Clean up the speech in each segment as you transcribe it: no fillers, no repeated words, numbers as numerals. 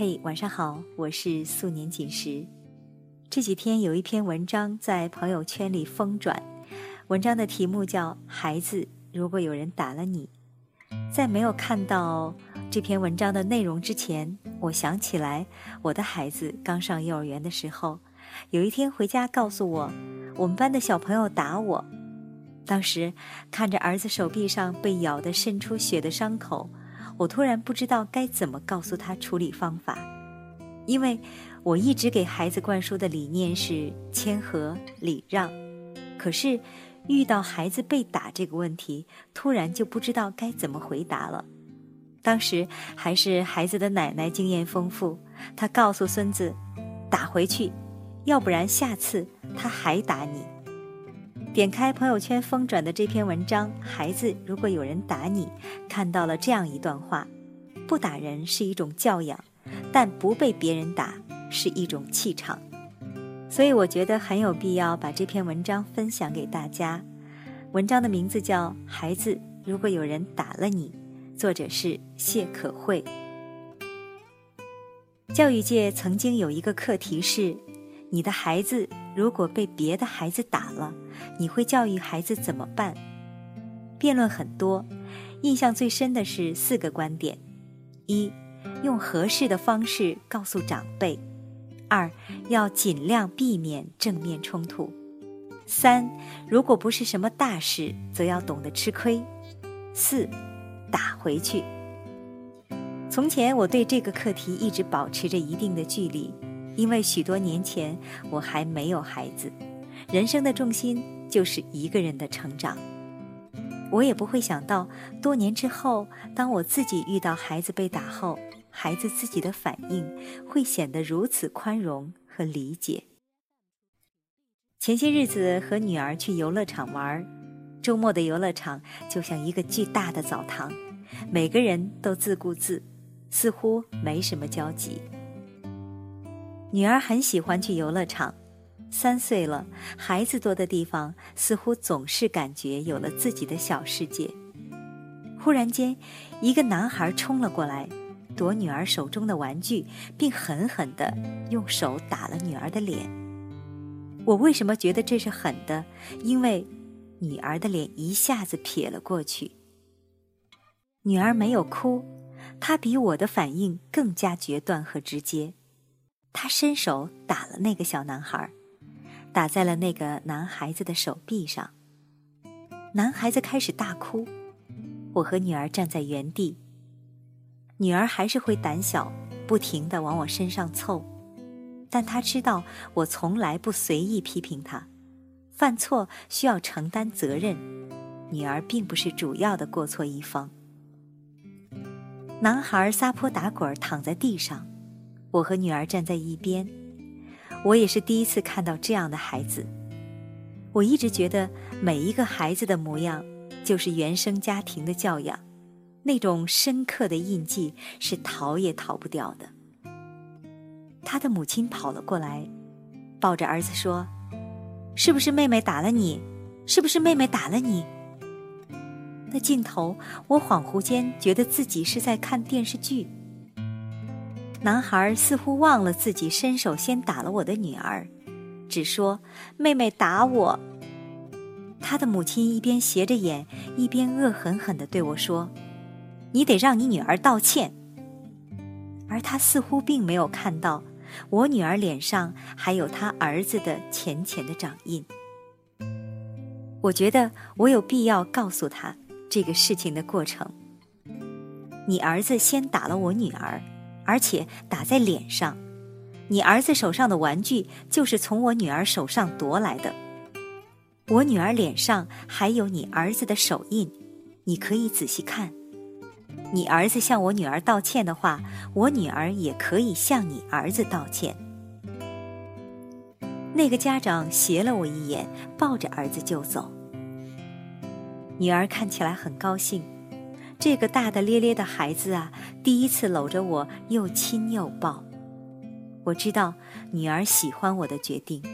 嘿，晚上好，我是素年锦时。这几天有一篇文章在朋友圈里疯转，文章的题目叫《孩子，如果有人打了你》。在没有看到这篇文章的内容之前，我想起来我的孩子刚上幼儿园的时候，有一天回家告诉我，我们班的小朋友打我。当时看着儿子手臂上被咬得渗出血的伤口，我突然不知道该怎么告诉他处理方法，因为我一直给孩子灌输的理念是谦和礼让，可是遇到孩子被打这个问题，突然就不知道该怎么回答了。当时还是孩子的奶奶经验丰富，她告诉孙子，打回去，要不然下次他还打你。点开朋友圈疯转的这篇文章，孩子，如果有人打你，看到了这样一段话：不打人是一种教养，但不被别人打是一种气场。所以我觉得很有必要把这篇文章分享给大家。文章的名字叫《孩子，如果有人打了你》，作者是谢可慧。教育界曾经有一个课题是，你的孩子如果被别的孩子打了，你会教育孩子怎么办？辩论很多，印象最深的是4个观点： 1. 用合适的方式告诉长辈； 2. 要尽量避免正面冲突； 3. 如果不是什么大事，则要懂得吃亏； 4. 打回去。从前我对这个课题一直保持着一定的距离，因为许多年前我还没有孩子，人生的重心就是一个人的成长。我也不会想到多年之后，当我自己遇到孩子被打后，孩子自己的反应会显得如此宽容和理解。前些日子和女儿去游乐场玩，周末的游乐场就像一个巨大的澡堂，每个人都自顾自，似乎没什么交集。女儿很喜欢去游乐场，3岁了，孩子多的地方似乎总是感觉有了自己的小世界。忽然间，一个男孩冲了过来，夺女儿手中的玩具，并狠狠地用手打了女儿的脸。我为什么觉得这是狠的？因为女儿的脸一下子撇了过去。女儿没有哭，她比我的反应更加决断和直接。她伸手打了那个小男孩，打在了那个男孩子的手臂上。男孩子开始大哭，我和女儿站在原地。女儿还是会胆小，不停地往我身上凑，但她知道我从来不随意批评她，犯错需要承担责任，女儿并不是主要的过错一方。男孩撒泼打滚躺在地上，我和女儿站在一边。我也是第一次看到这样的孩子。我一直觉得每一个孩子的模样就是原生家庭的教养，那种深刻的印记是逃也逃不掉的。他的母亲跑了过来，抱着儿子说，是不是妹妹打了你？是不是妹妹打了你？那镜头，我恍惚间觉得自己是在看电视剧。男孩似乎忘了自己伸手先打了我的女儿，只说妹妹打我。他的母亲一边斜着眼，一边恶狠狠地对我说，你得让你女儿道歉。而他似乎并没有看到我女儿脸上还有他儿子的浅浅的掌印。我觉得我有必要告诉他这个事情的过程。你儿子先打了我女儿，而且打在脸上，你儿子手上的玩具就是从我女儿手上夺来的。我女儿脸上还有你儿子的手印，你可以仔细看。你儿子向我女儿道歉的话，我女儿也可以向你儿子道歉。那个家长斜了我一眼，抱着儿子就走。女儿看起来很高兴，这个大大咧咧的孩子啊，第一次搂着我又亲又抱。我知道女儿喜欢我的决定。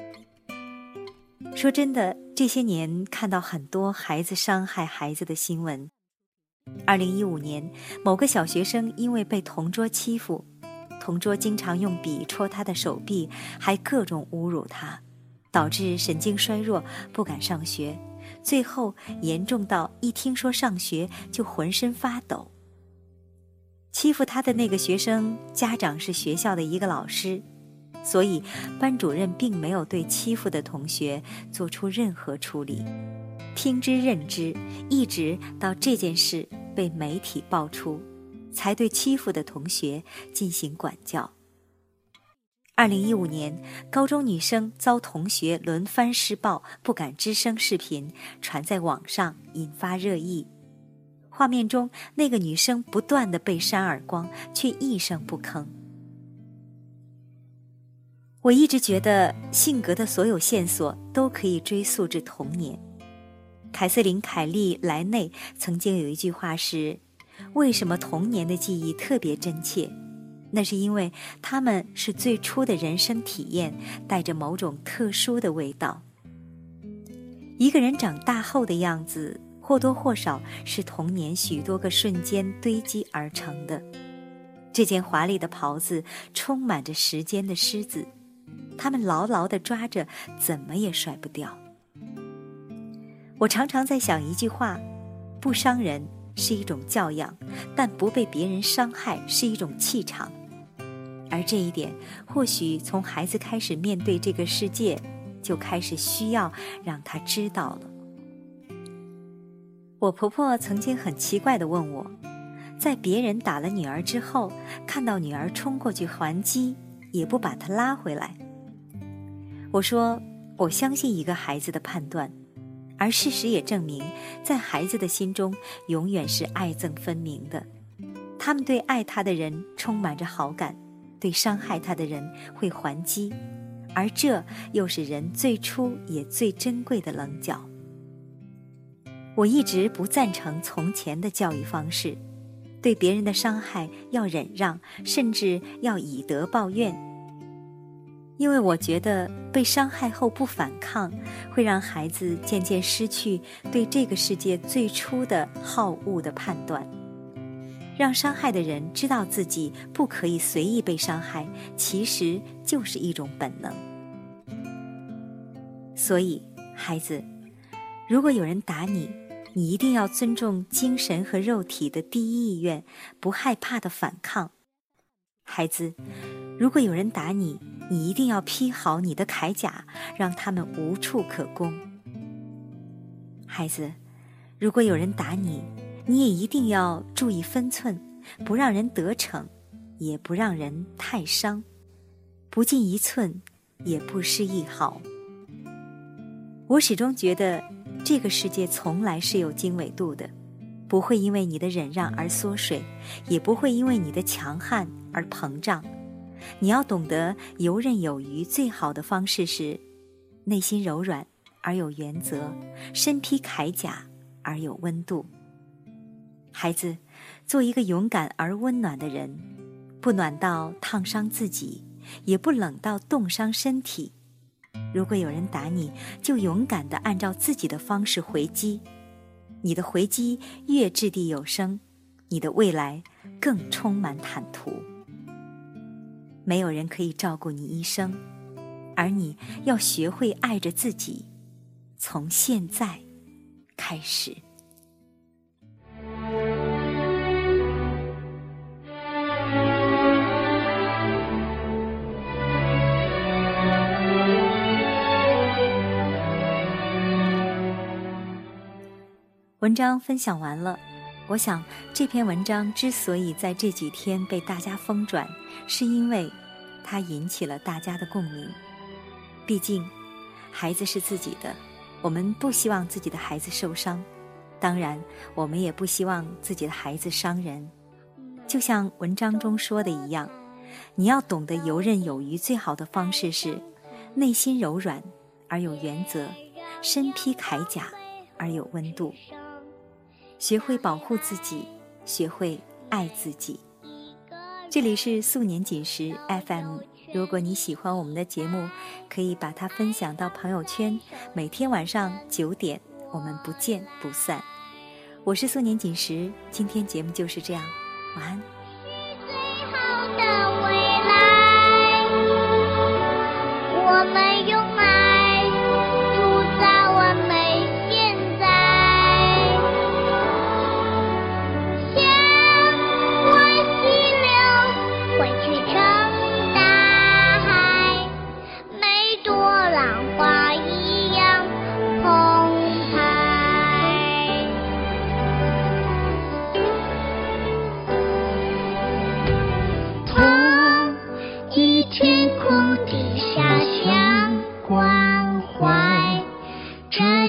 说真的，这些年看到很多孩子伤害孩子的新闻。2015年，某个小学生因为被同桌欺负， 同桌经常用笔戳他的手臂，还各种侮辱他，导致神经衰弱，不敢上学，最后严重到一听说上学就浑身发抖。欺负他的那个学生家长是学校的一个老师，所以班主任并没有对欺负的同学做出任何处理，听之任之，一直到这件事被媒体爆出，才对欺负的同学进行管教。2015年，高中女生遭同学轮番施暴，不敢吱声视频传在网上，引发热议。画面中，那个女生不断地被扇耳光，却一声不吭。我一直觉得性格的所有线索都可以追溯至童年。凯瑟琳·凯利·莱内曾经有一句话是：为什么童年的记忆特别真切？那是因为它们是最初的人生体验，带着某种特殊的味道。一个人长大后的样子，或多或少是童年许多个瞬间堆积而成的。这件华丽的袍子充满着时间的虱子，它们牢牢地抓着，怎么也甩不掉。我常常在想一句话：不伤人是一种教养，但不被别人伤害是一种气场。而这一点，或许从孩子开始面对这个世界，就开始需要让他知道了。我婆婆曾经很奇怪地问我，在别人打了女儿之后，看到女儿冲过去还击，也不把她拉回来。我说，我相信一个孩子的判断，而事实也证明，在孩子的心中永远是爱憎分明的。他们对爱他的人充满着好感，对伤害他的人会还击，而这又是人最初也最珍贵的棱角。我一直不赞成从前的教育方式，对别人的伤害要忍让，甚至要以德报怨。因为我觉得被伤害后不反抗，会让孩子渐渐失去对这个世界最初的好恶的判断。让伤害的人知道自己不可以随意被伤害，其实就是一种本能。所以，孩子，如果有人打你，你一定要尊重精神和肉体的第一意愿，不害怕的反抗。孩子，如果有人打你，你一定要披好你的铠甲，让他们无处可攻。孩子，如果有人打你，你也一定要注意分寸，不让人得逞，也不让人太伤，不进一寸，也不失一毫。我始终觉得这个世界从来是有经纬度的，不会因为你的忍让而缩水，也不会因为你的强悍而膨胀。你要懂得游刃有余，最好的方式是内心柔软而有原则，身披铠甲而有温度。孩子，做一个勇敢而温暖的人，不暖到烫伤自己，也不冷到冻伤身体。如果有人打你，就勇敢地按照自己的方式回击。你的回击越掷地有声，你的未来更充满坦途。没有人可以照顾你一生，而你要学会爱着自己，从现在开始。文章分享完了，我想这篇文章之所以在这几天被大家疯转，是因为它引起了大家的共鸣。毕竟孩子是自己的，我们不希望自己的孩子受伤，当然我们也不希望自己的孩子伤人。就像文章中说的一样，你要懂得游刃有余，最好的方式是内心柔软而有原则，身披铠甲而有温度。学会保护自己，学会爱自己。这里是素年锦时 FM， 如果你喜欢我们的节目，可以把它分享到朋友圈，每天晚上9点，我们不见不散。我是素年锦时，今天节目就是这样，晚安。 最好的未来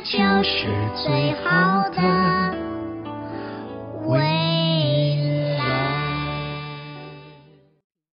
就是最好的。